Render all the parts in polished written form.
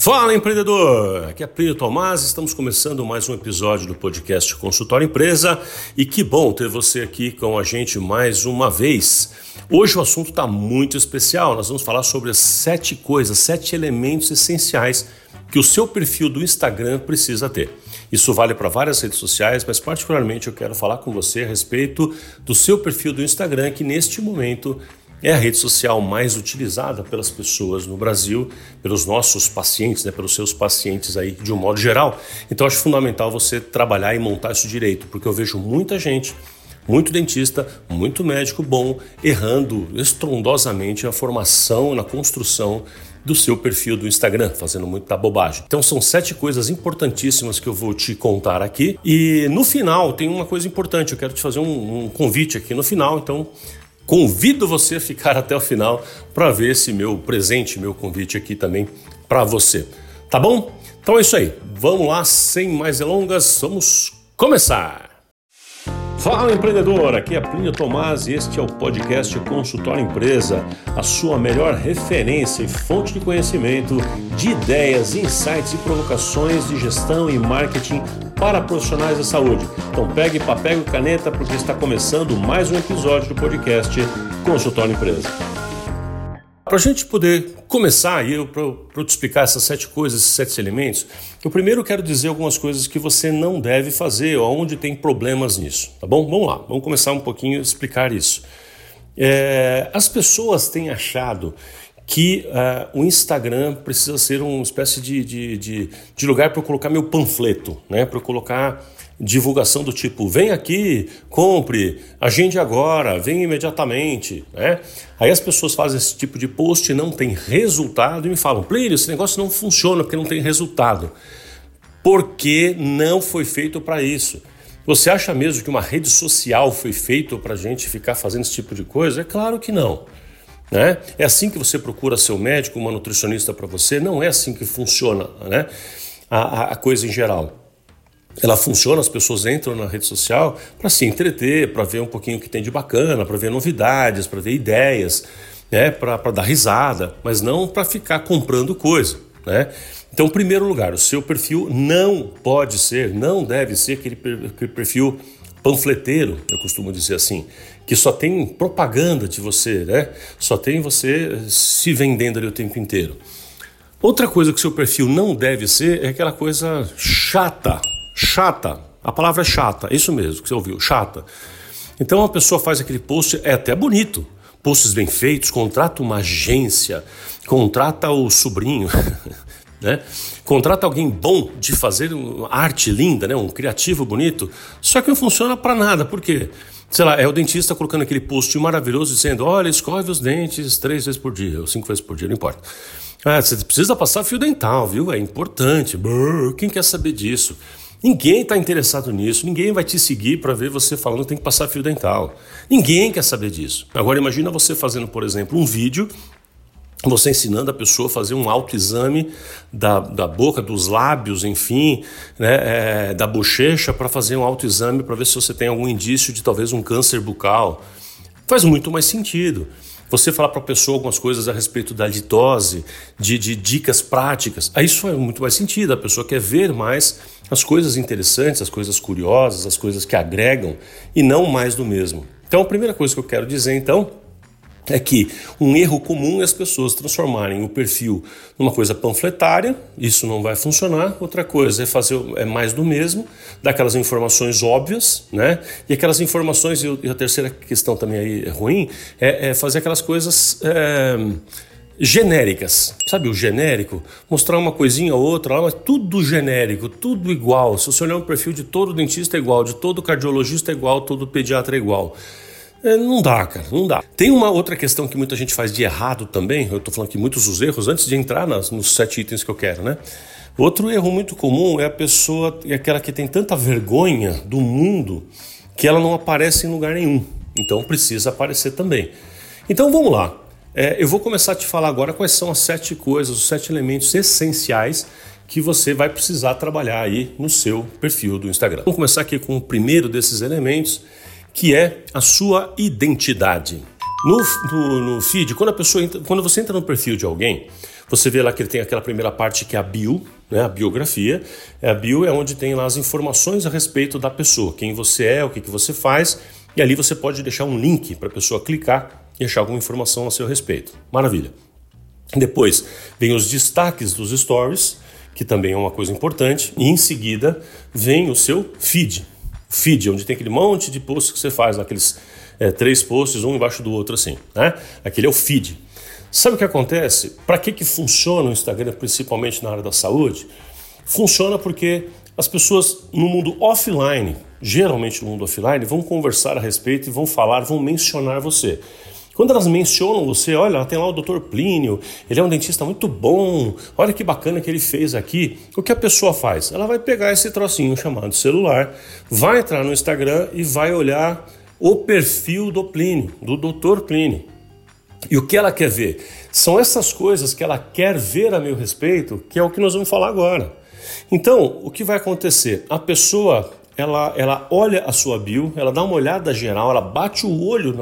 Fala, empreendedor! Aqui é Plínio Tomás, estamos começando mais um episódio do podcast Consultório Empresa e que bom ter você aqui com a gente mais uma vez. Hoje o assunto está muito especial, nós vamos falar sobre as 7 elementos essenciais que o seu perfil do Instagram precisa ter. Isso vale para várias redes sociais, mas particularmente eu quero falar com você a respeito do seu perfil do Instagram, que neste momento é a rede social mais utilizada pelas pessoas no Brasil, pelos nossos pacientes, pelos seus pacientes aí de um modo geral. Então acho fundamental você trabalhar e montar isso direito, porque eu vejo muita gente, muito dentista, muito médico bom, errando estrondosamente na formação, na construção do seu perfil do Instagram, fazendo muita bobagem. Então são 7 coisas importantíssimas que eu vou te contar aqui. E no final tem uma coisa importante, eu quero te fazer um convite aqui no final, então convido você a ficar até o final para ver esse meu presente, meu convite aqui também para você. Tá bom? Então é isso aí. Vamos lá, sem mais delongas, vamos começar! Fala, empreendedor! Aqui é Plínio Tomás e este é o podcast Consultório Empresa, a sua melhor referência e fonte de conhecimento, de ideias, insights e provocações de gestão e marketing para profissionais da saúde. Então pegue papel e caneta porque está começando mais um episódio do podcast Consultório Empresa. Para a gente poder começar, para eu te explicar essas 7 coisas, esses 7 elementos, eu primeiro quero dizer algumas coisas que você não deve fazer ou onde tem problemas nisso, tá bom? Vamos lá, vamos começar um pouquinho a explicar isso. As pessoas têm achado que o Instagram precisa ser uma espécie de lugar para eu colocar meu panfleto, né? Para eu colocar divulgação do tipo, vem aqui, compre, agende agora, vem imediatamente, né? Aí as pessoas fazem esse tipo de post e não tem resultado e me falam, Plínio, esse negócio não funciona porque não tem resultado. Porque não foi feito para isso. Você acha mesmo que uma rede social foi feita para a gente ficar fazendo esse tipo de coisa? É claro que não. Né? É assim que você procura seu médico, uma nutricionista para você? Não é assim que funciona, né? A coisa em geral. Ela funciona, as pessoas entram na rede social para se entreter, para ver um pouquinho o que tem de bacana, para ver novidades, para ver ideias, né? Para dar risada, mas não para ficar comprando coisa, né? Então, em primeiro lugar, o seu perfil não deve ser aquele perfil panfleteiro, eu costumo dizer assim, que só tem propaganda de você, né? Só tem você se vendendo ali o tempo inteiro. Outra coisa que o seu perfil não deve ser é aquela coisa chata, a palavra é chata, é isso mesmo que você ouviu, chata. Então a pessoa faz aquele post, é até bonito, posts bem feitos, contrata uma agência, contrata o sobrinho, né? Contrata alguém bom de fazer uma arte linda, né? Um criativo bonito, só que não funciona para nada, por quê? Sei lá, é o dentista colocando aquele post maravilhoso dizendo, olha, escove os dentes 3 vezes por dia, ou 5 vezes por dia, não importa. Você precisa passar fio dental, viu? É importante. Quem quer saber disso? Ninguém está interessado nisso, ninguém vai te seguir para ver você falando que tem que passar fio dental. Ninguém quer saber disso. Agora imagina você fazendo, por exemplo, um vídeo, você ensinando a pessoa a fazer um autoexame da boca, dos lábios, enfim, né, da bochecha, para fazer um autoexame para ver se você tem algum indício de talvez um câncer bucal. Faz muito mais sentido. Você falar para a pessoa algumas coisas a respeito da litose, de dicas práticas, aí isso faz muito mais sentido. A pessoa quer ver mais as coisas interessantes, as coisas curiosas, as coisas que agregam e não mais do mesmo. Então a primeira coisa que eu quero dizer então é que um erro comum é as pessoas transformarem o perfil numa coisa panfletária, isso não vai funcionar. Outra coisa é fazer mais do mesmo, daquelas informações óbvias, né? E aquelas informações, e a terceira questão também aí ruim, é fazer aquelas coisas genéricas, sabe o genérico? Mostrar uma coisinha ou outra, mas tudo genérico, tudo igual. Se você olhar um perfil de todo dentista é igual, de todo cardiologista é igual, todo pediatra é igual. Não dá, cara, não dá. Tem uma outra questão que muita gente faz de errado também, eu estou falando aqui muitos dos erros, antes de entrar nos 7 itens que eu quero, né? Outro erro muito comum é a pessoa, aquela que tem tanta vergonha do mundo, que ela não aparece em lugar nenhum. Então precisa aparecer também. Então vamos lá. Eu vou começar a te falar agora quais são as 7 coisas, os 7 elementos essenciais que você vai precisar trabalhar aí no seu perfil do Instagram. Vamos começar aqui com o primeiro desses elementos, que é a sua identidade. No feed, quando você entra no perfil de alguém, Você vê lá que ele tem aquela primeira parte que é a bio, né, a biografia. A bio é onde tem lá as informações a respeito da pessoa, quem você é, o que você faz, e ali você pode deixar um link para a pessoa clicar e achar alguma informação a seu respeito. Maravilha. Depois vem os destaques dos stories, que também é uma coisa importante, e em seguida vem o seu feed. Feed, onde tem aquele monte de posts que você faz, aqueles 3 posts, um embaixo do outro assim, né? Aquele é o feed. Sabe o que acontece? Para que funciona o Instagram, principalmente na área da saúde? Funciona porque as pessoas no mundo offline, geralmente no mundo offline, vão conversar a respeito e vão falar, vão mencionar você. Quando elas mencionam você, olha, tem lá o Dr. Plínio, ele é um dentista muito bom, olha que bacana que ele fez aqui. O que a pessoa faz? Ela vai pegar esse trocinho chamado celular, vai entrar no Instagram e vai olhar o perfil do Plínio, do Dr. Plínio. E o que ela quer ver? São essas coisas que ela quer ver a meu respeito, que é o que nós vamos falar agora. Então, o que vai acontecer? A pessoa, ela olha a sua bio, ela dá uma olhada geral, ela bate o olho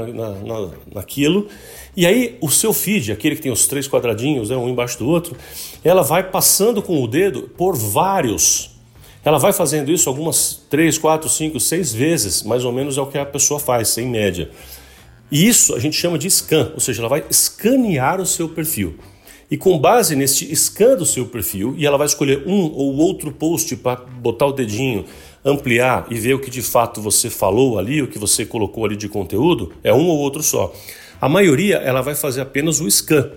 naquilo, e aí o seu feed, aquele que tem os 3 quadradinhos, né, um embaixo do outro, ela vai passando com o dedo por vários. Ela vai fazendo isso algumas 3, 4, 5, 6 vezes, mais ou menos é o que a pessoa faz, em média. E isso a gente chama de scan, ou seja, ela vai escanear o seu perfil. E com base nesse scan do seu perfil, e ela vai escolher um ou outro post para botar o dedinho, ampliar e ver o que de fato você falou ali, o que você colocou ali de conteúdo, é um ou outro só. A maioria, ela vai fazer apenas o scan.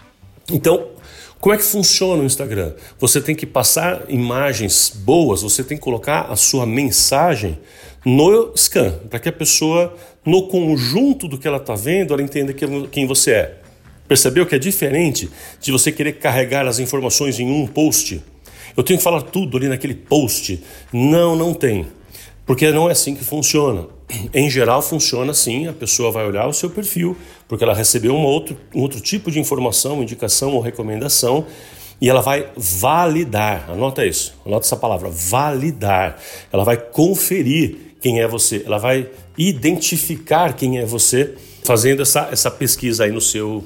Então, como é que funciona o Instagram? Você tem que passar imagens boas, você tem que colocar a sua mensagem no scan, para que a pessoa, no conjunto do que ela está vendo, ela entenda quem você é. Percebeu que é diferente de você querer carregar as informações em um post? Eu tenho que falar tudo ali naquele post. Não tem. Porque não é assim que funciona. Em geral funciona assim, a pessoa vai olhar o seu perfil, porque ela recebeu um outro tipo de informação, indicação ou recomendação, e ela vai validar. Anota isso, anota essa palavra, validar. Ela vai conferir quem é você, ela vai identificar quem é você, fazendo essa pesquisa aí no seu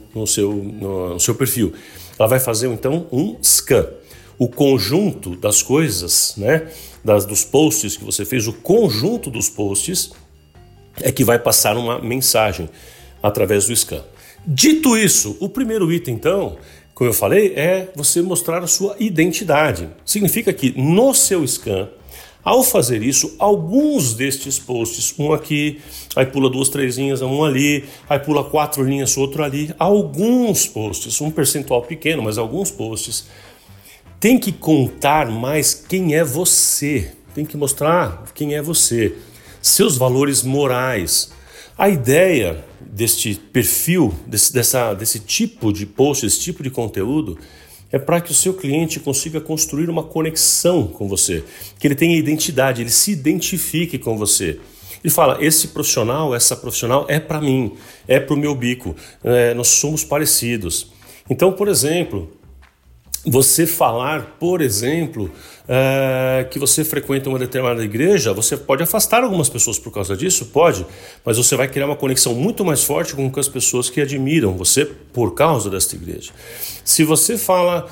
perfil. Ela vai fazer então um scan. O conjunto das coisas, né, dos posts que você fez, o conjunto dos posts é que vai passar uma mensagem através do scan. Dito isso, o primeiro item então, como eu falei, é você mostrar a sua identidade. Significa que no seu scan, ao fazer isso, alguns destes posts, um aqui, aí pula 2, 3 linhas, um ali, aí pula 4 linhas, outro ali, alguns posts, um percentual pequeno, mas alguns posts, tem que contar mais quem é você, tem que mostrar quem é você, seus valores morais. A ideia deste perfil, desse tipo de post, desse tipo de conteúdo, é para que o seu cliente consiga construir uma conexão com você, que ele tenha identidade, ele se identifique com você. Ele fala, esse profissional, essa profissional é para mim, é para o meu bico, nós somos parecidos. Então, por exemplo, você falar, por exemplo, que você frequenta uma determinada igreja, você pode afastar algumas pessoas por causa disso? Pode, mas você vai criar uma conexão muito mais forte com as pessoas que admiram você por causa desta igreja. Se você fala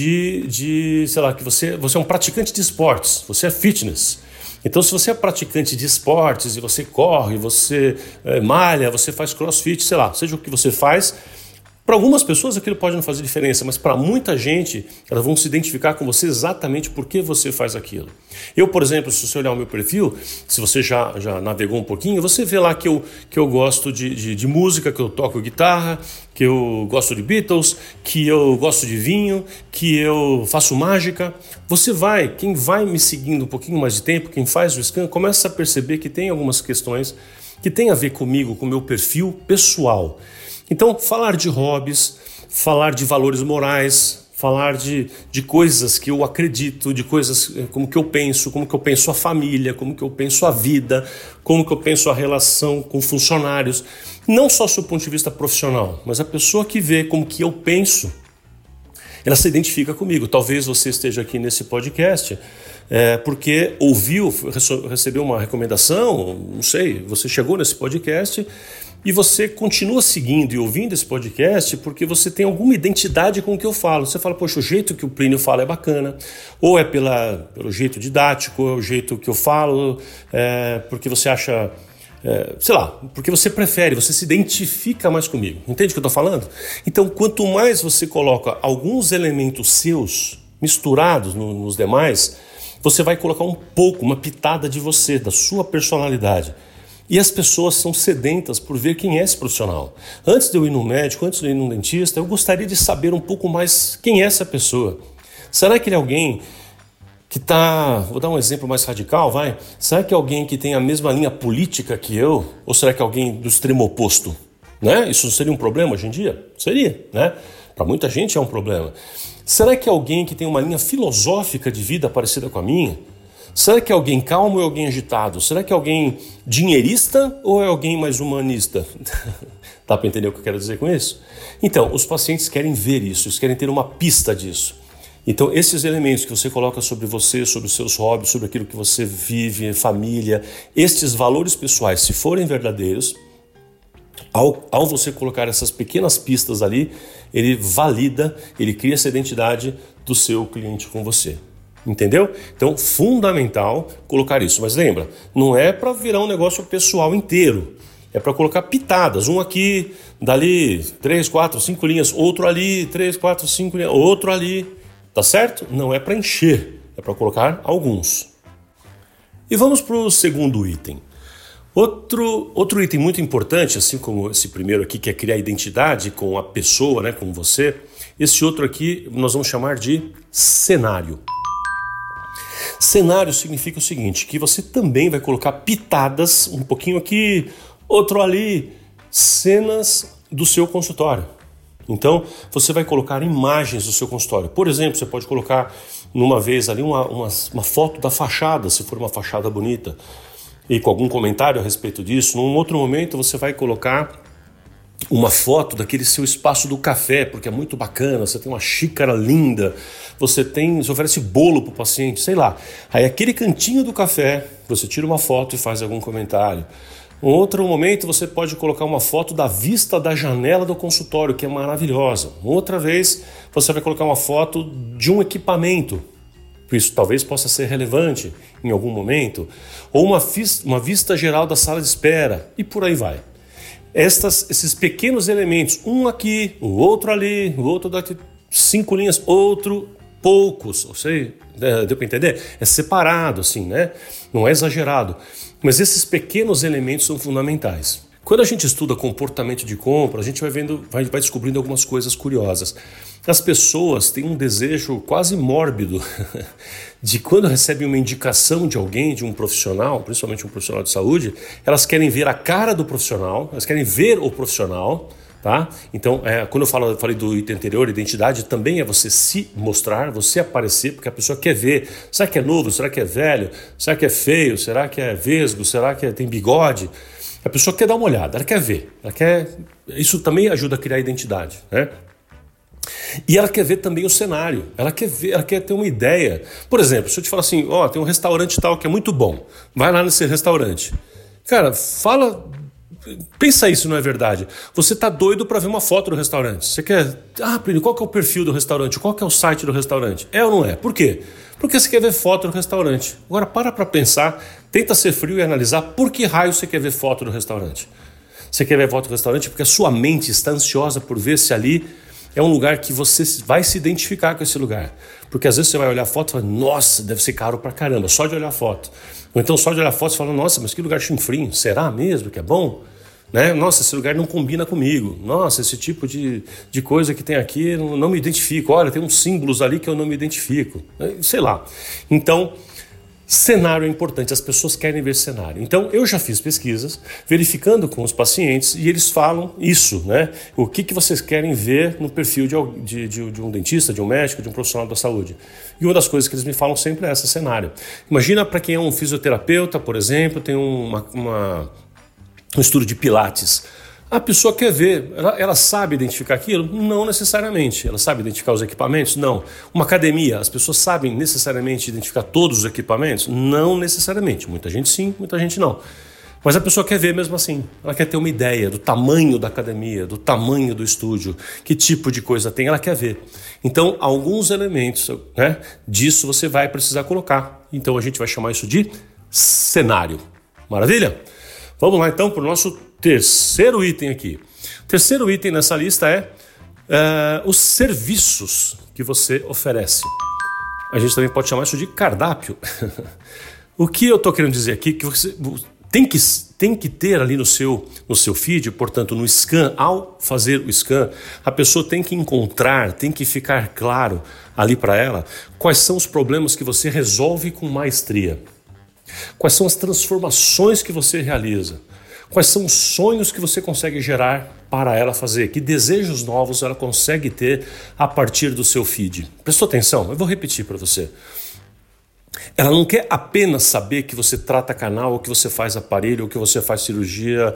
sei lá, que você é um praticante de esportes, você é fitness. Então, se você é praticante de esportes e você corre, você malha, você faz crossfit, sei lá, seja o que você faz, para algumas pessoas aquilo pode não fazer diferença, mas para muita gente elas vão se identificar com você exatamente porque você faz aquilo. Eu, por exemplo, se você olhar o meu perfil, se você já navegou um pouquinho, você vê lá que eu gosto de música, que eu toco guitarra, que eu gosto de Beatles, que eu gosto de vinho, que eu faço mágica. Quem vai me seguindo um pouquinho mais de tempo, quem faz o scan, começa a perceber que tem algumas questões que tem a ver comigo, com o meu perfil pessoal. Então, falar de hobbies, falar de valores morais, falar de coisas que eu acredito, de coisas como que eu penso a família, como que eu penso a vida, como que eu penso a relação com funcionários. Não só do ponto de vista profissional, mas a pessoa que vê como que eu penso, ela se identifica comigo. Talvez você esteja aqui nesse podcast porque ouviu, recebeu uma recomendação, não sei, você chegou nesse podcast E você continua seguindo e ouvindo esse podcast porque você tem alguma identidade com o que eu falo. Você fala, poxa, o jeito que o Plínio fala é bacana, ou é pelo jeito didático, ou é o jeito que eu falo, porque você acha, sei lá, porque você prefere, você se identifica mais comigo. Entende o que eu estou falando? Então, quanto mais você coloca alguns elementos seus misturados nos demais, você vai colocar um pouco, uma pitada de você, da sua personalidade. E as pessoas são sedentas por ver quem é esse profissional. Antes de eu ir no médico, antes de eu ir num dentista, eu gostaria de saber um pouco mais quem é essa pessoa. Será que ele é alguém que está... Vou dar um exemplo mais radical, vai. Será que é alguém que tem a mesma linha política que eu? Ou será que é alguém do extremo oposto? Né? Isso seria um problema hoje em dia? Seria, né? Para muita gente é um problema. Será que é alguém que tem uma linha filosófica de vida parecida com a minha? Será que é alguém calmo ou é alguém agitado? Será que é alguém dinheirista ou é alguém mais humanista? Dá para entender o que eu quero dizer com isso? Então, os pacientes querem ver isso, eles querem ter uma pista disso. Então, esses elementos que você coloca sobre você, sobre os seus hobbies, sobre aquilo que você vive, família, estes valores pessoais, se forem verdadeiros, ao você colocar essas pequenas pistas ali, ele valida, ele cria essa identidade do seu cliente com você. Entendeu? Então, fundamental colocar isso. Mas lembra, não é para virar um negócio pessoal inteiro. É para colocar pitadas. Um aqui, dali, 3, 4, 5 linhas. Outro ali, 3, 4, 5 linhas. Outro ali. Tá certo? Não é para encher. É para colocar alguns. E vamos para o segundo item. Outro item muito importante, assim como esse primeiro aqui, que é criar identidade com a pessoa, né, com você. Esse outro aqui nós vamos chamar de cenário. Cenário significa o seguinte, que você também vai colocar pitadas, um pouquinho aqui, outro ali, cenas do seu consultório. Então, você vai colocar imagens do seu consultório. Por exemplo, você pode colocar numa vez ali uma foto da fachada, se for uma fachada bonita, e com algum comentário a respeito disso. Num outro momento, você vai colocar uma foto daquele seu espaço do café, porque é muito bacana, você tem uma xícara linda, você oferece bolo para o paciente, sei lá. Aí aquele cantinho do café, você tira uma foto e faz algum comentário. Um outro momento você pode colocar uma foto da vista da janela do consultório, que é maravilhosa. Outra vez você vai colocar uma foto de um equipamento, isso talvez possa ser relevante em algum momento, ou uma vista geral da sala de espera, e por aí vai. Esses pequenos elementos, um aqui, o outro ali, o outro daqui, 5 linhas, outro, poucos, deu para entender? É separado assim, né? Não é exagerado, mas esses pequenos elementos são fundamentais. Quando a gente estuda comportamento de compra, a gente vai descobrindo algumas coisas curiosas. As pessoas têm um desejo quase mórbido de quando recebem uma indicação de alguém, de um profissional, principalmente um profissional de saúde, elas querem ver a cara do profissional, elas querem ver o profissional, tá? Então, quando eu falei do item anterior, identidade também é você se mostrar, você aparecer, porque a pessoa quer ver. Será que é novo? Será que é velho? Será que é feio? Será que é vesgo? Será que tem bigode? A pessoa quer dar uma olhada, ela quer ver, isso também ajuda a criar identidade, né? E ela quer ver também o cenário, ela quer ter uma ideia. Por exemplo, se eu te falar assim, tem um restaurante tal que é muito bom, vai lá nesse restaurante. Cara, pensa isso, não é verdade? Você tá doido para ver uma foto do restaurante. Você quer, Plínio, qual que é o perfil do restaurante? Qual que é o site do restaurante? É ou não é? Por quê? Porque você quer ver foto do restaurante. Agora para pensar, tenta ser frio e analisar por que raio você quer ver foto do restaurante. Você quer ver foto do restaurante porque a sua mente está ansiosa por ver se ali é um lugar que você vai se identificar com esse lugar. Porque às vezes você vai olhar a foto e fala, nossa, deve ser caro pra caramba, só de olhar a foto. Ou então só de olhar a foto você fala, nossa, mas que lugar chinfrinho, será mesmo que é bom? Né? Nossa, esse lugar não combina comigo. Nossa, esse tipo de coisa que tem aqui, não me identifico. Olha, tem uns símbolos ali que eu não me identifico. Sei lá. Então, cenário é importante, as pessoas querem ver cenário. Então, eu já fiz pesquisas, verificando com os pacientes, e eles falam isso, né? O que vocês querem ver no perfil de um dentista, de um médico, de um profissional da saúde. E uma das coisas que eles me falam sempre é esse cenário. Imagina para quem é um fisioterapeuta, por exemplo, tem um estudo de pilates. A pessoa quer ver, ela sabe identificar aquilo? Não necessariamente. Ela sabe identificar os equipamentos? Não. Uma academia, as pessoas sabem necessariamente identificar todos os equipamentos? Não necessariamente. Muita gente sim, muita gente não. Mas a pessoa quer ver mesmo assim, ela quer ter uma ideia do tamanho da academia, do tamanho do estúdio, que tipo de coisa tem, ela quer ver. Então, alguns elementos, né, disso você vai precisar colocar. Então, a gente vai chamar isso de cenário. Maravilha? Vamos lá então para o nosso terceiro item aqui. O terceiro item nessa lista é os serviços que você oferece. A gente também pode chamar isso de cardápio. O que eu estou querendo dizer aqui é que você tem que ter ali no seu feed, portanto no scan, ao fazer o scan, a pessoa tem que encontrar, tem que ficar claro ali para ela quais são os problemas que você resolve com maestria. Quais são as transformações que você realiza? Quais são os sonhos que você consegue gerar para ela fazer? Que desejos novos ela consegue ter a partir do seu feed? Prestou atenção? Eu vou repetir para você. Ela não quer apenas saber que você trata canal, ou que você faz aparelho, ou que você faz cirurgia,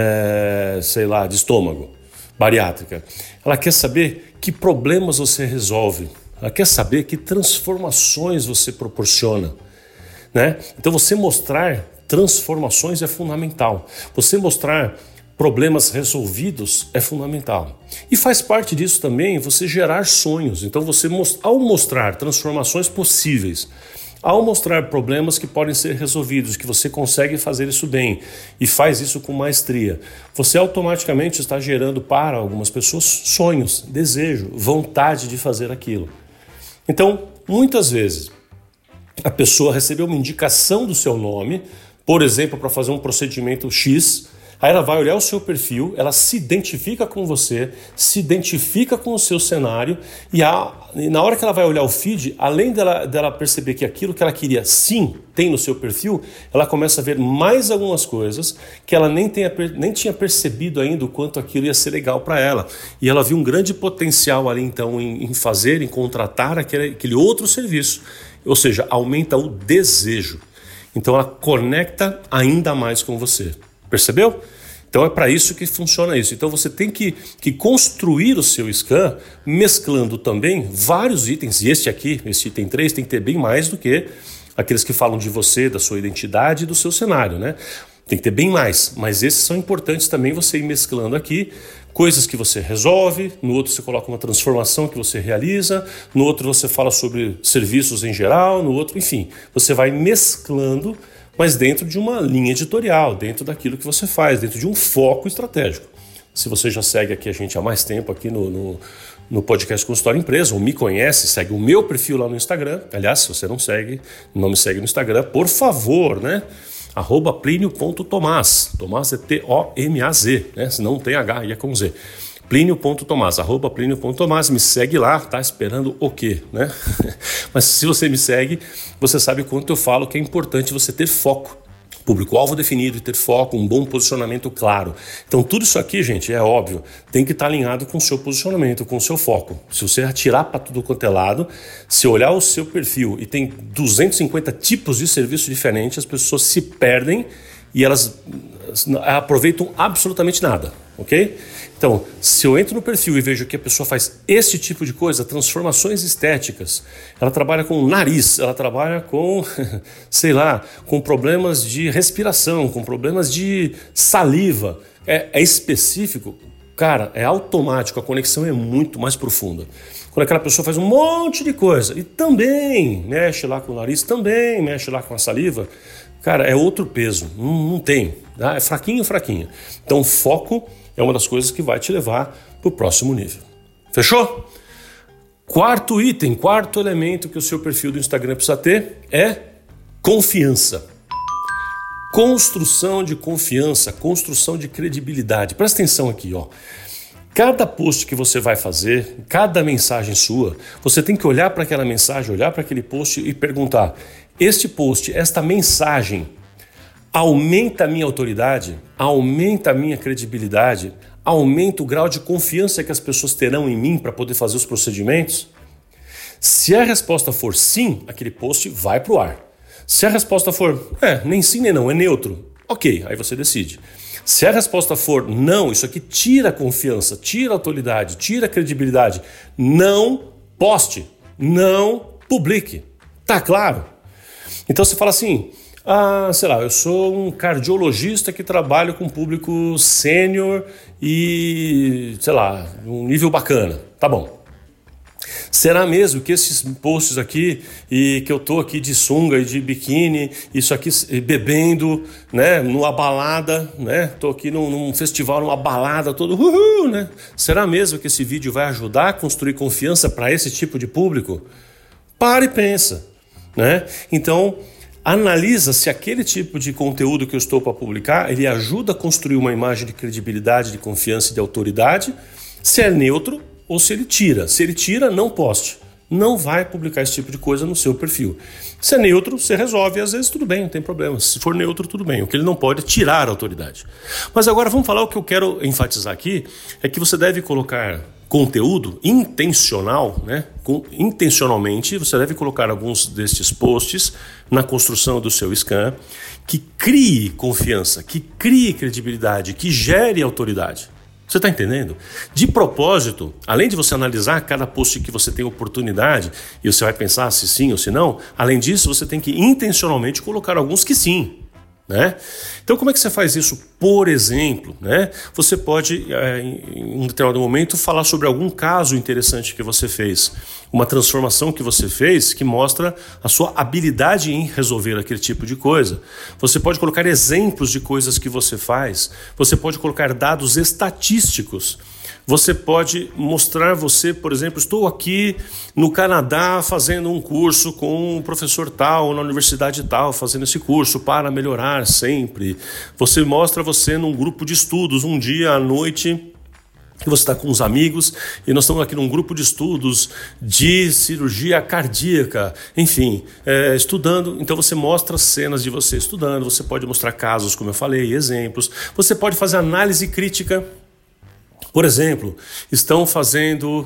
de estômago, bariátrica. Ela quer saber que problemas você resolve. Ela quer saber que transformações você proporciona. Né? Então você mostrar transformações é fundamental. Você mostrar problemas resolvidos é fundamental. E faz parte disso também você gerar sonhos. Então você, ao mostrar transformações possíveis, ao mostrar problemas que podem ser resolvidos, que você consegue fazer isso bem e faz isso com maestria, você automaticamente está gerando para algumas pessoas sonhos, desejo, vontade de fazer aquilo. Então, muitas vezes, a pessoa recebeu uma indicação do seu nome, por exemplo, para fazer um procedimento X, aí ela vai olhar o seu perfil, ela se identifica com você, se identifica com o seu cenário e na hora que ela vai olhar o feed, além dela perceber que aquilo que ela queria sim tem no seu perfil, ela começa a ver mais algumas coisas que ela nem tinha percebido ainda o quanto aquilo ia ser legal para ela. E ela viu um grande potencial ali então em fazer, em contratar aquele outro serviço. Ou seja, aumenta o desejo. Então ela conecta ainda mais com você. Percebeu? Então é para isso que funciona isso. Então você tem que construir o seu scan mesclando também vários itens. E esse item 3, tem que ter bem mais do que aqueles que falam de você, da sua identidade e do seu cenário, né? Tem que ter bem mais. Mas esses são importantes também você ir mesclando aqui. Coisas que você resolve, no outro você coloca uma transformação que você realiza, no outro você fala sobre serviços em geral, no outro, enfim, você vai mesclando, mas dentro de uma linha editorial, dentro daquilo que você faz, dentro de um foco estratégico. Se você já segue aqui a gente há mais tempo aqui no podcast Consultório Empresa, ou me conhece, segue o meu perfil lá no Instagram. Aliás, se você não me segue no Instagram, por favor, né? @plinio.tomaz, Tomaz é T-O-M-A-Z, né? Se não tem H, e é com Z. Plinio.tomaz, @plinio.tomaz, me segue lá, tá esperando o quê, né? Mas se você me segue, você sabe o quanto eu falo que é importante você ter foco, público-alvo definido e ter foco, um bom posicionamento claro. Então tudo isso aqui, gente, é óbvio, tem que estar alinhado com o seu posicionamento, com o seu foco. Se você atirar para tudo quanto é lado, se olhar o seu perfil e tem 250 tipos de serviços diferentes, as pessoas se perdem e elas aproveitam absolutamente nada, ok? Então, se eu entro no perfil e vejo que a pessoa faz esse tipo de coisa, transformações estéticas, ela trabalha com o nariz, ela trabalha com, com problemas de respiração, com problemas de saliva, é específico, cara, é automático, a conexão é muito mais profunda. Quando aquela pessoa faz um monte de coisa e também mexe lá com o nariz, também mexe lá com a saliva, cara, é outro peso, não tem, tá? É fraquinho. Então, foco é uma das coisas que vai te levar para o próximo nível. Fechou? Quarto elemento que o seu perfil do Instagram precisa ter é confiança. Construção de confiança, construção de credibilidade. Presta atenção aqui, ó. Cada post que você vai fazer, cada mensagem sua, você tem que olhar para aquela mensagem, olhar para aquele post e perguntar: este post, esta mensagem, aumenta a minha autoridade, aumenta a minha credibilidade, aumenta o grau de confiança que as pessoas terão em mim para poder fazer os procedimentos? Se a resposta for sim, aquele post vai para o ar. Se a resposta for nem sim nem não, é neutro, ok, aí você decide. Se a resposta for não, isso aqui tira a confiança, tira a autoridade, tira a credibilidade, não poste, não publique. Tá claro? Então você fala assim: sei lá, eu sou um cardiologista que trabalha com público sênior e, sei lá, um nível bacana. Tá bom. Será mesmo que esses posts aqui e que eu tô aqui de sunga e de biquíni, isso aqui bebendo, né, numa balada, né, tô aqui num festival, numa balada, todo né? Será mesmo que esse vídeo vai ajudar a construir confiança para esse tipo de público? Para e pensa, né? Então, analisa se aquele tipo de conteúdo que eu estou para publicar, ele ajuda a construir uma imagem de credibilidade, de confiança e de autoridade, se é neutro ou se ele tira. Se ele tira, não poste. Não vai publicar esse tipo de coisa no seu perfil. Se é neutro, você resolve, às vezes tudo bem, não tem problema. Se for neutro, tudo bem. O que ele não pode é tirar a autoridade. Mas agora vamos falar, o que eu quero enfatizar aqui é que você deve colocar conteúdo intencional, né? Intencionalmente, você deve colocar alguns destes posts na construção do seu scan que crie confiança, que crie credibilidade, que gere autoridade. Você está entendendo? De propósito, além de você analisar cada post que você tem oportunidade e você vai pensar se sim ou se não, além disso você tem que intencionalmente colocar alguns que sim. Né? Então como é que você faz isso? Por exemplo, né? Você pode em um determinado momento falar sobre algum caso interessante que você fez, uma transformação que você fez que mostra a sua habilidade em resolver aquele tipo de coisa. Você pode colocar exemplos de coisas que você faz, você pode colocar dados estatísticos. Você pode mostrar por exemplo, estou aqui no Canadá fazendo um curso com um professor tal, na universidade tal, fazendo esse curso para melhorar sempre. Você mostra você num grupo de estudos, um dia à noite, que você está com uns amigos e nós estamos aqui num grupo de estudos de cirurgia cardíaca, enfim, estudando. Então você mostra cenas de você estudando, você pode mostrar casos, como eu falei, exemplos. Você pode fazer análise crítica. Por exemplo, estão fazendo...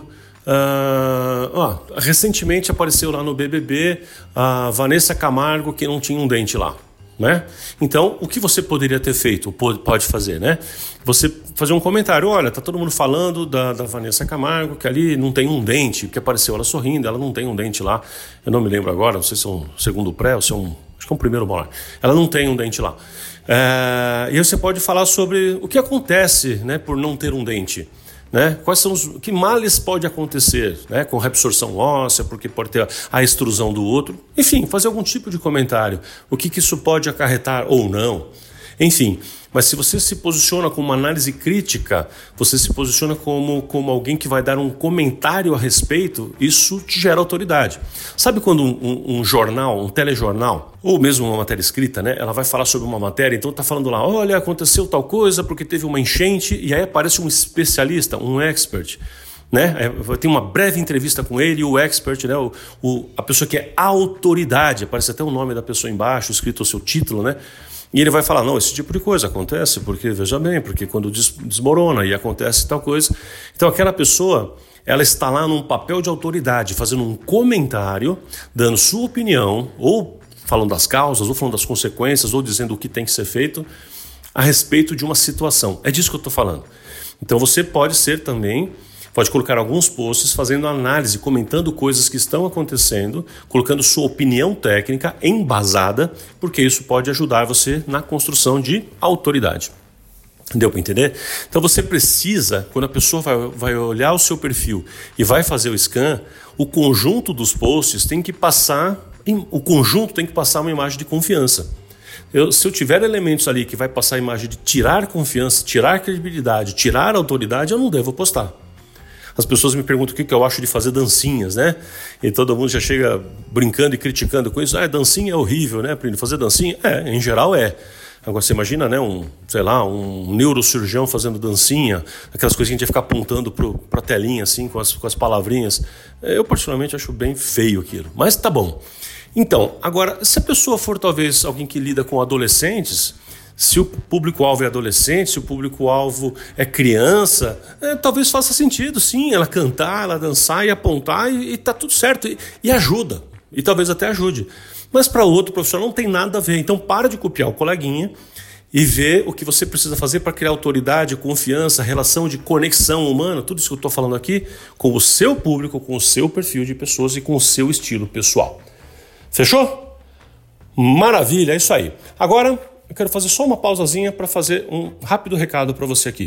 recentemente apareceu lá no BBB a Vanessa Camargo que não tinha um dente lá, né? Então, o que você poderia ter feito, pode fazer, né? Você fazer um comentário, olha, tá todo mundo falando da Vanessa Camargo que ali não tem um dente, que apareceu ela sorrindo, ela não tem um dente lá, eu não me lembro agora, não sei se é um segundo pré ou se é acho que é um primeiro molar, ela não tem um dente lá. E aí você pode falar sobre o que acontece, né, por não ter um dente, né? Quais são que males pode acontecer, né, com reabsorção óssea, porque pode ter a extrusão do outro, enfim, fazer algum tipo de comentário, o que isso pode acarretar ou não, enfim. Mas se você se posiciona com uma análise crítica, você se posiciona como alguém que vai dar um comentário a respeito, isso te gera autoridade. Sabe quando um jornal, um telejornal, ou mesmo uma matéria escrita, né, ela vai falar sobre uma matéria, então está falando lá, olha, aconteceu tal coisa porque teve uma enchente, e aí aparece um especialista, um expert, né? Tem uma breve entrevista com ele, o expert, né, a pessoa que é autoridade, aparece até o nome da pessoa embaixo, escrito o seu título, né? E ele vai falar, não, esse tipo de coisa acontece porque, veja bem, porque quando desmorona e acontece tal coisa. Então aquela pessoa, ela está lá num papel de autoridade, fazendo um comentário, dando sua opinião, ou falando das causas, ou falando das consequências, ou dizendo o que tem que ser feito a respeito de uma situação. É disso que eu estou falando. Então você pode ser também... Pode colocar alguns posts fazendo análise, comentando coisas que estão acontecendo, colocando sua opinião técnica embasada, porque isso pode ajudar você na construção de autoridade. Deu para entender? Então você precisa, quando a pessoa vai olhar o seu perfil e vai fazer o scan, o conjunto dos posts tem que passar uma imagem de confiança. Se eu tiver elementos ali que vai passar a imagem de tirar confiança, tirar credibilidade, tirar autoridade, eu não devo postar. As pessoas me perguntam o que eu acho de fazer dancinhas, né? E todo mundo já chega brincando e criticando com isso. Dancinha é horrível, né? Fazer dancinha? Em geral é. Agora você imagina, né? Um neurocirurgião fazendo dancinha, aquelas coisas que a gente ia ficar apontando para a telinha, assim, com as palavrinhas. Eu particularmente acho bem feio aquilo, mas tá bom. Então, agora, se a pessoa for talvez alguém que lida com adolescentes... Se o público-alvo é adolescente, se o público-alvo é criança, talvez faça sentido, sim, ela cantar, ela dançar e apontar e tá tudo certo. E ajuda, e talvez até ajude. Mas para outro profissional não tem nada a ver. Então para de copiar o coleguinha e ver o que você precisa fazer para criar autoridade, confiança, relação de conexão humana, tudo isso que eu estou falando aqui, com o seu público, com o seu perfil de pessoas e com o seu estilo pessoal. Fechou? Maravilha, é isso aí. Agora eu quero fazer só uma pausazinha para fazer um rápido recado para você aqui.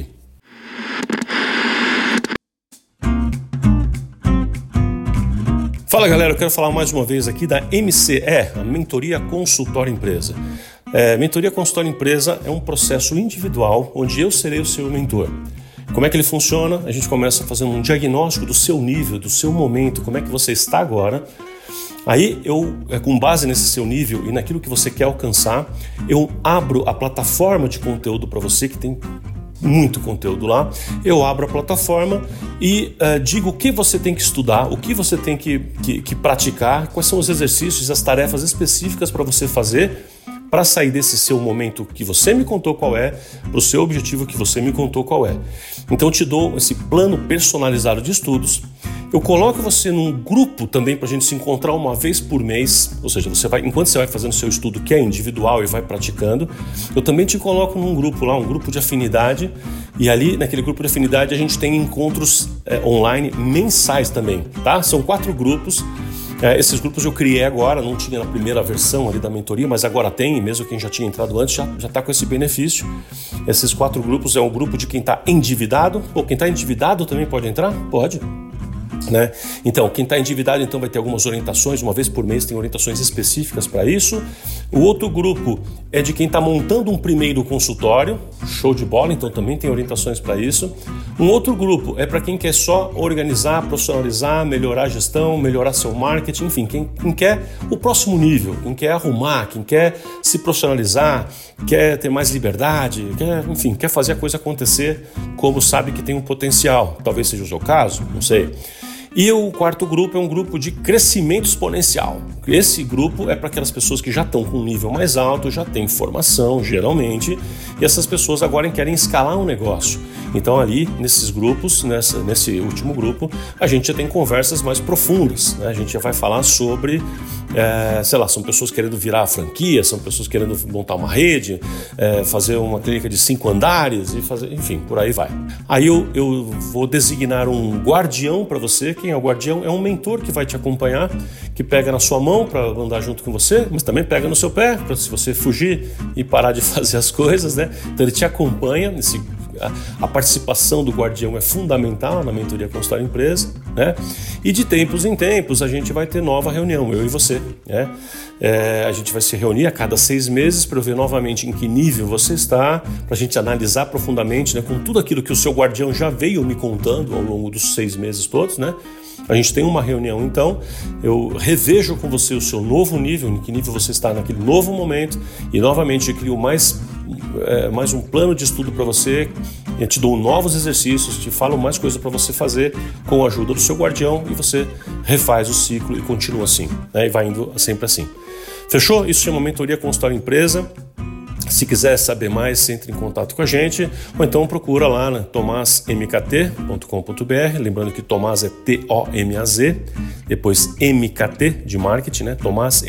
Fala galera, eu quero falar mais uma vez aqui da MCE, a Mentoria Consultório Empresa. Mentoria Consultório Empresa é um processo individual onde eu serei o seu mentor. Como é que ele funciona? A gente começa fazendo um diagnóstico do seu nível, do seu momento, como é que você está agora. Aí eu, com base nesse seu nível e naquilo que você quer alcançar, eu abro a plataforma de conteúdo para você, que tem muito conteúdo lá. Eu abro a plataforma e digo o que você tem que estudar, o que você tem que praticar, quais são os exercícios, as tarefas específicas para você fazer para sair desse seu momento que você me contou qual é, para o seu objetivo que você me contou qual é. Então eu te dou esse plano personalizado de estudos. Eu coloco você num grupo também para a gente se encontrar uma vez por mês, ou seja, enquanto você vai fazendo seu estudo que é individual e vai praticando, eu também te coloco num grupo lá, um grupo de afinidade, e ali naquele grupo de afinidade a gente tem encontros online mensais também, tá? São 4 grupos. Esses grupos eu criei agora, não tinha na primeira versão ali da mentoria, mas agora tem, mesmo quem já tinha entrado antes já está com esse benefício. Esses 4 grupos é um grupo de quem está endividado. Quem está endividado também pode entrar? Pode. Né? Então, quem está endividado então vai ter algumas orientações, uma vez por mês tem orientações específicas para isso. O outro grupo é de quem está montando um primeiro consultório, show de bola, então também tem orientações para isso. Um outro grupo é para quem quer só organizar, profissionalizar, melhorar a gestão, melhorar seu marketing, enfim, quem quer o próximo nível, quem quer arrumar, quem quer se profissionalizar, quer ter mais liberdade, quer fazer a coisa acontecer como sabe que tem um potencial. Talvez seja o seu caso, não sei. E o quarto grupo é um grupo de crescimento exponencial. Esse grupo é para aquelas pessoas que já estão com um nível mais alto, já têm formação, geralmente, e essas pessoas agora querem escalar um negócio. Então ali, nesses grupos, nesse último grupo, a gente já tem conversas mais profundas, né? A gente já vai falar sobre, são pessoas querendo virar a franquia, são pessoas querendo montar uma rede, fazer uma clínica de 5 andares, e fazer, enfim, por aí vai. Aí eu vou designar um guardião para você. Quem é o guardião? É um mentor que vai te acompanhar, que pega na sua mão para andar junto com você, mas também pega no seu pé, para se você fugir e parar de fazer as coisas, né? Então ele te acompanha. A participação do guardião é fundamental na Mentoria Consultório Empresa, né? E de tempos em tempos a gente vai ter nova reunião, eu e você, né? A gente vai se reunir a cada 6 meses para eu ver novamente em que nível você está, para a gente analisar profundamente, né, com tudo aquilo que o seu guardião já veio me contando ao longo dos 6 meses todos, né? A gente tem uma reunião, então, eu revejo com você o seu novo nível, em que nível você está naquele novo momento, e novamente eu crio mais um plano de estudo para você, eu te dou novos exercícios, te falo mais coisas para você fazer com a ajuda do seu guardião, e você refaz o ciclo e continua assim, né? E vai indo sempre assim. Fechou? Isso chama Mentoria Consultório Empresa. Se quiser saber mais, entre em contato com a gente, ou então procura lá na tomasmkt.com.br, lembrando que Tomás é T-O-M-A-Z, depois MKT de marketing, né?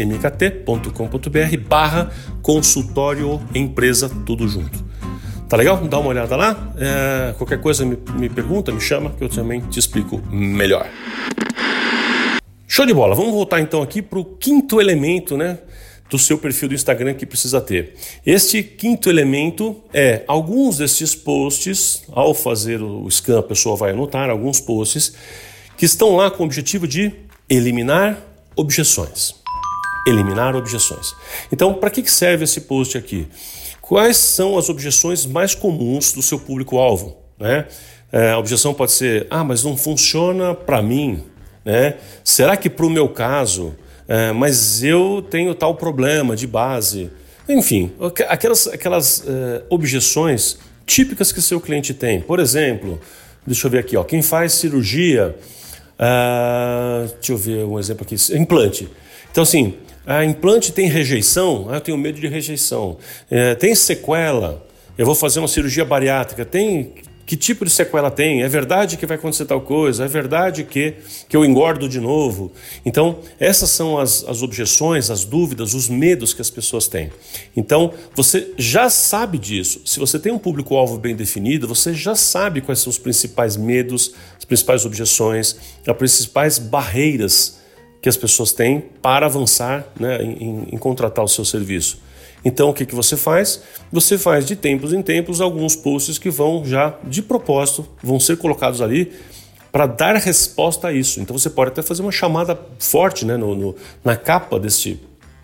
tomasmkt.com.br/consultório empresa, tudo junto. Tá legal? Dá uma olhada lá, qualquer coisa me pergunta, me chama, que eu também te explico melhor. Show de bola, vamos voltar então aqui para o 5º elemento, né, do seu perfil do Instagram que precisa ter. Este 5º elemento é alguns desses posts, ao fazer o scan a pessoa vai anotar alguns posts que estão lá com o objetivo de eliminar objeções. Eliminar objeções. Então, para que serve esse post aqui? Quais são as objeções mais comuns do seu público-alvo, né? A objeção pode ser, mas não funciona para mim, né? Será que para o meu caso... mas eu tenho tal problema de base. Enfim, aquelas objeções típicas que seu cliente tem. Por exemplo, deixa eu ver aqui, quem faz cirurgia, deixa eu ver um exemplo aqui, implante. Então assim, implante tem rejeição, eu tenho medo de rejeição. Tem sequela, eu vou fazer uma cirurgia bariátrica, que tipo de sequela tem? É verdade que vai acontecer tal coisa? É verdade que eu engordo de novo? Então, essas são as objeções, as dúvidas, os medos que as pessoas têm. Então, você já sabe disso. Se você tem um público-alvo bem definido, você já sabe quais são os principais medos, as principais objeções, as principais barreiras que as pessoas têm para avançar, né, em contratar o seu serviço. Então o que você faz? Você faz de tempos em tempos alguns posts que vão já de propósito, vão ser colocados ali para dar resposta a isso. Então você pode até fazer uma chamada forte, né, na capa desse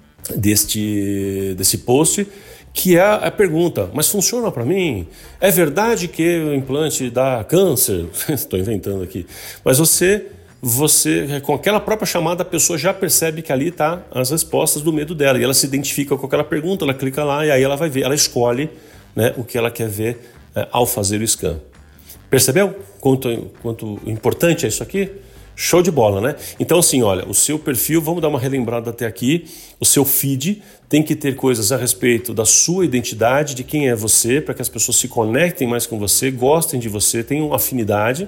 post, que é a pergunta: mas funciona para mim? É verdade que o implante dá câncer? Estou inventando aqui. Mas você, com aquela própria chamada, a pessoa já percebe que ali está as respostas do medo dela. E ela se identifica com aquela pergunta, ela clica lá e aí ela vai ver, ela escolhe, né, o que ela quer ver ao fazer o scan. Percebeu quanto importante é isso aqui? Show de bola, né? Então assim, olha, o seu perfil, vamos dar uma relembrada até aqui, o seu feed tem que ter coisas a respeito da sua identidade, de quem é você, para que as pessoas se conectem mais com você, gostem de você, tenham afinidade.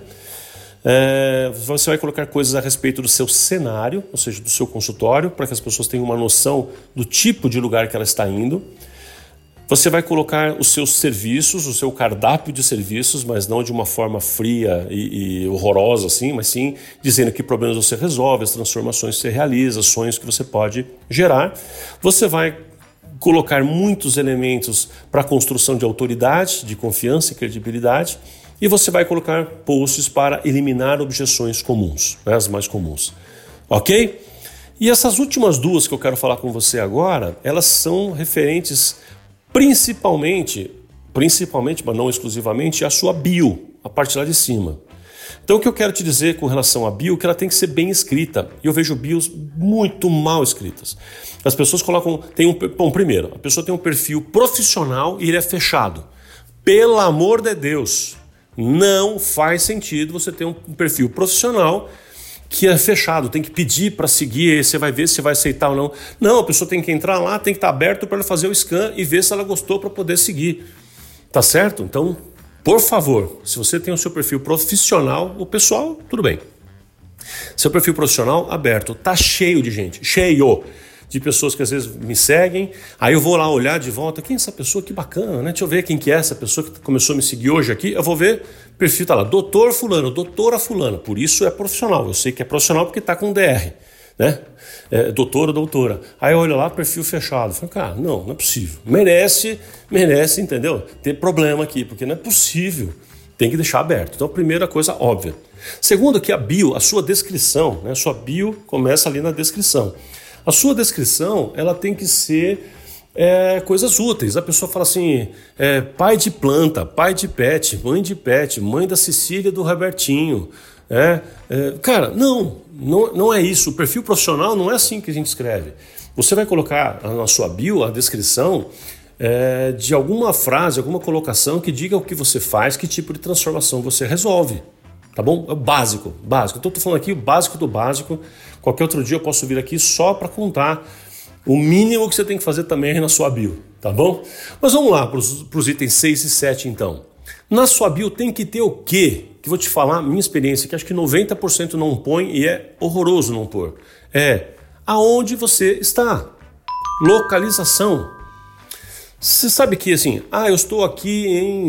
Você vai colocar coisas a respeito do seu cenário, ou seja, do seu consultório, para que as pessoas tenham uma noção do tipo de lugar que ela está indo. Você vai colocar os seus serviços, o seu cardápio de serviços, mas não de uma forma fria e horrorosa assim, mas sim dizendo que problemas você resolve, as transformações que você realiza, sonhos que você pode gerar. Você vai colocar muitos elementos para a construção de autoridade, de confiança e credibilidade. E você vai colocar posts para eliminar objeções comuns, né, as mais comuns. Ok? E essas últimas duas que eu quero falar com você agora, elas são referentes principalmente, mas não exclusivamente, à sua bio, a parte lá de cima. Então o que eu quero te dizer com relação à bio é que ela tem que ser bem escrita. E eu vejo bios muito mal escritas. As pessoas colocam... Bom, primeiro, a pessoa tem um perfil profissional e ele é fechado. Pelo amor de Deus, não faz sentido você ter um perfil profissional que é fechado, tem que pedir para seguir, você vai ver se vai aceitar ou não. Não, a pessoa tem que entrar lá, tem que estar aberto para ela fazer o scan e ver se ela gostou para poder seguir. Tá certo? Então, por favor, se você tem o seu perfil profissional, o pessoal, tudo bem. Seu perfil profissional aberto, tá cheio de gente, cheio de pessoas que às vezes me seguem, aí eu vou lá olhar de volta, quem é essa pessoa, que bacana, né? Deixa eu ver quem que é essa pessoa que começou a me seguir hoje aqui, eu vou ver, o perfil tá lá, doutor fulano, doutora fulana, por isso é profissional, eu sei que é profissional porque tá com DR, né? Doutora, aí eu olho lá, perfil fechado, eu falo, cara, não é possível, merece, entendeu? Tem problema aqui, porque não é possível, tem que deixar aberto. Então a primeira coisa óbvia. Segundo, que a bio, a sua descrição, né? A sua bio começa ali na descrição. A sua descrição, ela tem que ser coisas úteis. A pessoa fala assim, pai de planta, pai de pet, mãe da Cecília, do Robertinho. Cara, não é isso. O perfil profissional não é assim que a gente escreve. Você vai colocar na sua bio a descrição de alguma frase, alguma colocação que diga o que você faz, que tipo de transformação você resolve. Tá bom? É o básico. Então, estou falando aqui o básico do básico. Qualquer outro dia eu posso vir aqui só para contar o mínimo que você tem que fazer também na sua bio, tá bom? Mas vamos lá para os itens 6 e 7 então. Na sua bio tem que ter o quê? Que vou te falar, minha experiência, que acho que 90% não põe e é horroroso não pôr. Aonde você está. Localização. Você sabe que assim, eu estou aqui em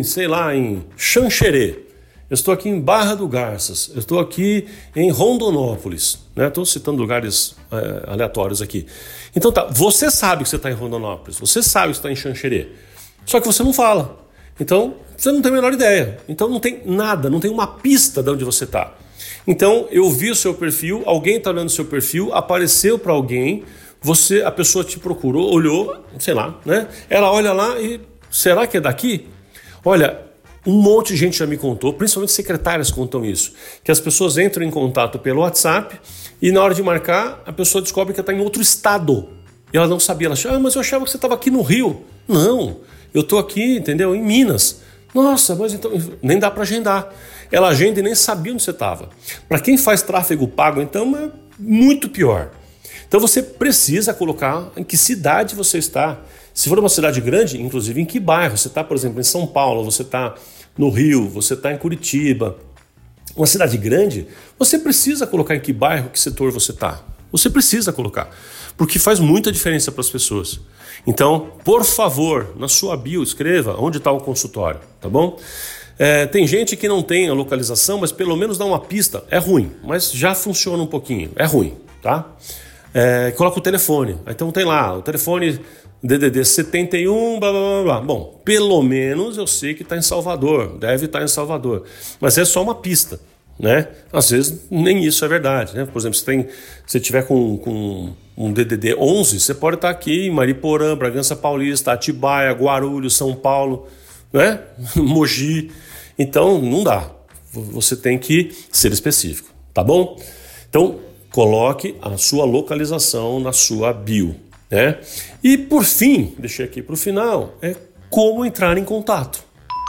Xanxerê. Eu estou aqui em Barra do Garças, eu estou aqui em Rondonópolis, né? Estou citando lugares aleatórios aqui. Então tá, você sabe que você está em Rondonópolis, você sabe que você está em Xanxerê, só que você não fala. Então você não tem a menor ideia. Então não tem nada, não tem uma pista de onde você está. Então eu vi o seu perfil, alguém está olhando o seu perfil, apareceu para alguém, a pessoa te procurou, olhou, sei lá, né? Ela olha lá e será que é daqui? Olha, um monte de gente já me contou, principalmente secretárias contam isso, que as pessoas entram em contato pelo WhatsApp e na hora de marcar, a pessoa descobre que está em outro estado. E ela não sabia, ela achava, mas eu achava que você estava aqui no Rio. Não, eu estou aqui, entendeu, em Minas. Nossa, mas então nem dá para agendar. Ela agenda e nem sabia onde você estava. Para quem faz tráfego pago, então, é muito pior. Então você precisa colocar em que cidade você está. Se for uma cidade grande, inclusive em que bairro. Você está, por exemplo, em São Paulo, você está no Rio, você está em Curitiba. Uma cidade grande, você precisa colocar em que bairro, que setor você está. Você precisa colocar, porque faz muita diferença para as pessoas. Então, por favor, na sua bio, escreva onde está o consultório, tá bom? Tem gente que não tem a localização, mas pelo menos dá uma pista. É ruim, mas já funciona um pouquinho. É ruim, tá? Coloca o telefone. Então tem lá, o telefone DDD 71, blá, blá, blá, blá. Bom, pelo menos eu sei que está em Salvador, deve estar em Salvador. Mas é só uma pista, né? Às vezes nem isso é verdade, né? Por exemplo, se tiver com um DDD 11, você pode estar aqui em Mariporã, Bragança Paulista, Atibaia, Guarulhos, São Paulo, né? Mogi. Então não dá. Você tem que ser específico, tá bom? Então coloque a sua localização na sua bio, né? E por fim, deixei aqui para o final, como entrar em contato.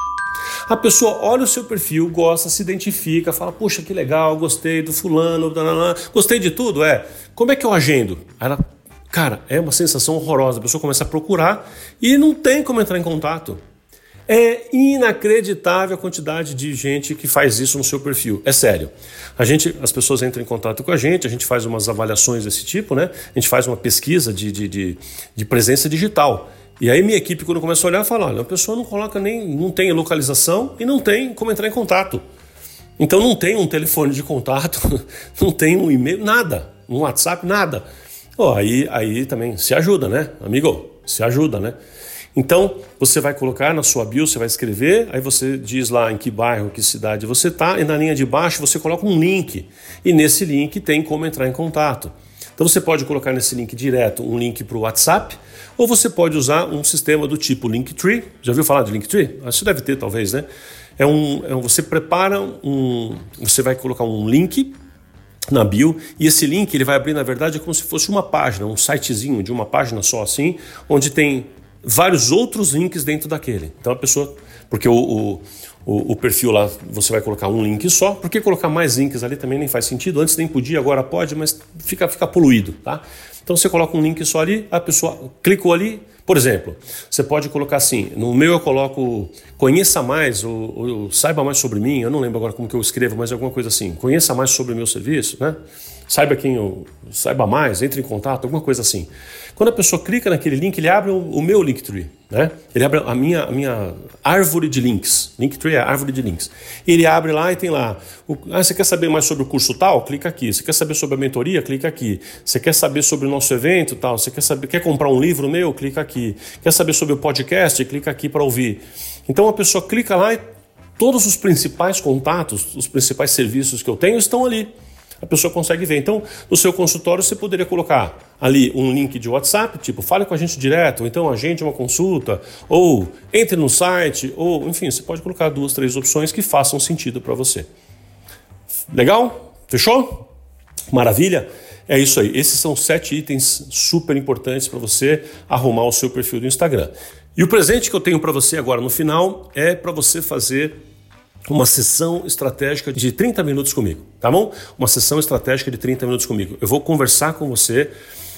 A pessoa olha o seu perfil, gosta, se identifica, fala, puxa, que legal, gostei do fulano, gostei de tudo, como é que eu agendo? Cara, é uma sensação horrorosa, a pessoa começa a procurar e não tem como entrar em contato. É inacreditável a quantidade de gente que faz isso no seu perfil. É sério. As pessoas entram em contato com a gente faz umas avaliações desse tipo, né? A gente faz uma pesquisa de presença digital. E aí minha equipe, quando começa a olhar, fala, olha, a pessoa não tem localização e não tem como entrar em contato. Então não tem um telefone de contato, não tem um e-mail, nada. Um WhatsApp, nada. Aí também se ajuda, né? Amigo, se ajuda, né? Então, você vai colocar na sua bio, você vai escrever, aí você diz lá em que bairro, que cidade você está, e na linha de baixo você coloca um link. E nesse link tem como entrar em contato. Então você pode colocar nesse link direto um link para o WhatsApp, ou você pode usar um sistema do tipo Linktree. Já ouviu falar de Linktree? Você deve ter, talvez, né? Você prepara você vai colocar um link na bio, e esse link ele vai abrir, na verdade, como se fosse uma página, um sitezinho de uma página só assim, onde tem vários outros links dentro daquele. Então a pessoa... Porque o perfil lá, você vai colocar um link só. Porque colocar mais links ali também nem faz sentido. Antes nem podia, agora pode, mas fica poluído, tá? Então você coloca um link só ali, a pessoa clicou ali. Por exemplo, você pode colocar assim, no meu eu coloco conheça mais ou saiba mais sobre mim, eu não lembro agora como que eu escrevo, mas alguma coisa assim, conheça mais sobre o meu serviço, né? Saiba mais, entre em contato, alguma coisa assim. Quando a pessoa clica naquele link, ele abre o meu Linktree, né? Ele abre a minha árvore de links. Linktree é a árvore de links. Ele abre lá e tem lá, você quer saber mais sobre o curso tal? Clica aqui. Você quer saber sobre a mentoria? Clica aqui. Você quer saber sobre o nosso evento tal? Você quer comprar um livro meu? Clica aqui. Quer saber sobre o podcast? Clica aqui para ouvir. Então a pessoa clica lá e todos os principais contatos, os principais serviços que eu tenho estão ali. A pessoa consegue ver. Então, no seu consultório, você poderia colocar ali um link de WhatsApp, tipo, fale com a gente direto, ou então agende uma consulta, ou entre no site, ou, enfim, você pode colocar 2, 3 opções que façam sentido para você. Legal? Fechou? Maravilha? É isso aí. Esses são 7 itens super importantes para você arrumar o seu perfil do Instagram. E o presente que eu tenho para você agora no final é para você fazer uma sessão estratégica de 30 minutos comigo, tá bom? Uma sessão estratégica de 30 minutos comigo. Eu vou conversar com você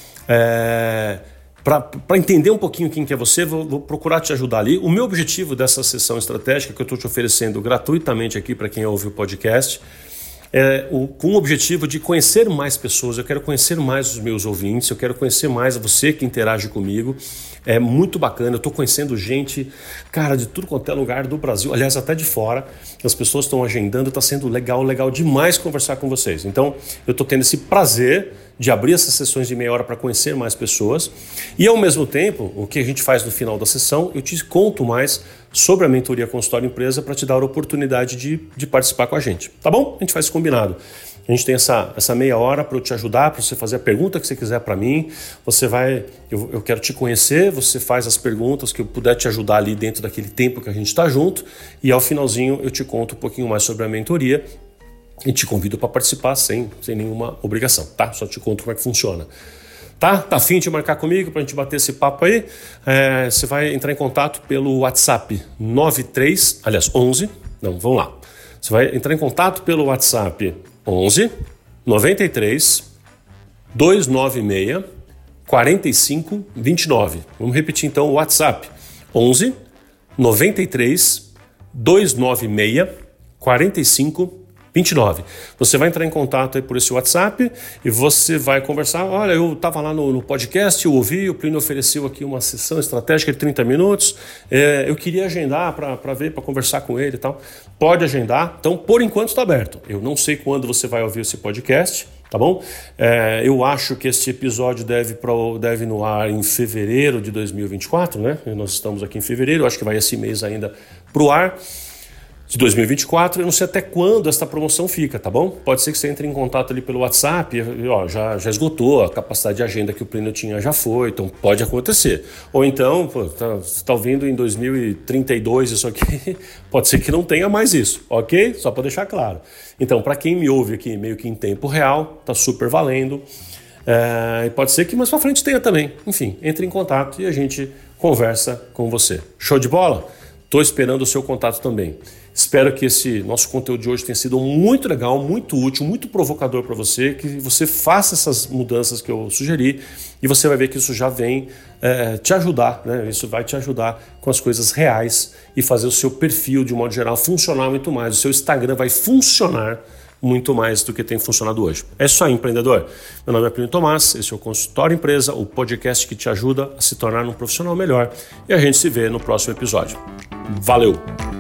para entender um pouquinho quem que é você, vou procurar te ajudar ali. O meu objetivo dessa sessão estratégica que eu estou te oferecendo gratuitamente aqui para quem ouve o podcast com o objetivo de conhecer mais pessoas. Eu quero conhecer mais os meus ouvintes, eu quero conhecer mais você que interage comigo. É muito bacana, eu estou conhecendo gente, cara, de tudo quanto é lugar do Brasil, aliás, até de fora. As pessoas estão agendando, está sendo legal demais conversar com vocês. Então, eu estou tendo esse prazer de abrir essas sessões de meia hora para conhecer mais pessoas. E, ao mesmo tempo, o que a gente faz no final da sessão, eu te conto mais sobre a mentoria Consultório Empresa para te dar a oportunidade de participar com a gente. Tá bom? A gente faz combinado. A gente tem essa meia hora para eu te ajudar, para você fazer a pergunta que você quiser para mim. Eu quero te conhecer, você faz as perguntas que eu puder te ajudar ali dentro daquele tempo que a gente está junto. E ao finalzinho eu te conto um pouquinho mais sobre a mentoria e te convido para participar sem nenhuma obrigação, tá? Só te conto como é que funciona. Tá afim de marcar comigo para a gente bater esse papo aí? Você vai entrar em contato pelo WhatsApp 11. Não, vamos lá. Você vai entrar em contato pelo WhatsApp 11 93 296 45 29. Vamos repetir então o WhatsApp 11 93 296 45 29. Você vai entrar em contato aí por esse WhatsApp e você vai conversar. Olha, eu estava lá no podcast, eu ouvi, o Plínio ofereceu aqui uma sessão estratégica de 30 minutos. Eu queria agendar para ver, para conversar com ele e tal. Pode agendar. Então, por enquanto está aberto. Eu não sei quando você vai ouvir esse podcast, tá bom? Eu acho que esse episódio deve no ar em fevereiro de 2024, né? Nós estamos aqui em fevereiro, acho que vai esse mês ainda pro ar de 2024. Eu não sei até quando esta promoção fica, tá bom? Pode ser que você entre em contato ali pelo WhatsApp, já esgotou, a capacidade de agenda que o Plínio tinha já foi, então pode acontecer. Ou então, você tá ouvindo em 2032 isso aqui, pode ser que não tenha mais isso, ok? Só para deixar claro. Então, para quem me ouve aqui meio que em tempo real, tá super valendo. E pode ser que mais para frente tenha também. Enfim, entre em contato e a gente conversa com você. Show de bola? Estou esperando o seu contato também. Espero que esse nosso conteúdo de hoje tenha sido muito legal, muito útil, muito provocador para você, que você faça essas mudanças que eu sugeri e você vai ver que isso já vem te ajudar, né? Isso vai te ajudar com as coisas reais e fazer o seu perfil, de um modo geral, funcionar muito mais. O seu Instagram vai funcionar muito mais do que tem funcionado hoje. É isso aí, empreendedor. Meu nome é Plínio Tomás, esse é o Consultório Empresa, o podcast que te ajuda a se tornar um profissional melhor. E a gente se vê no próximo episódio. Valeu!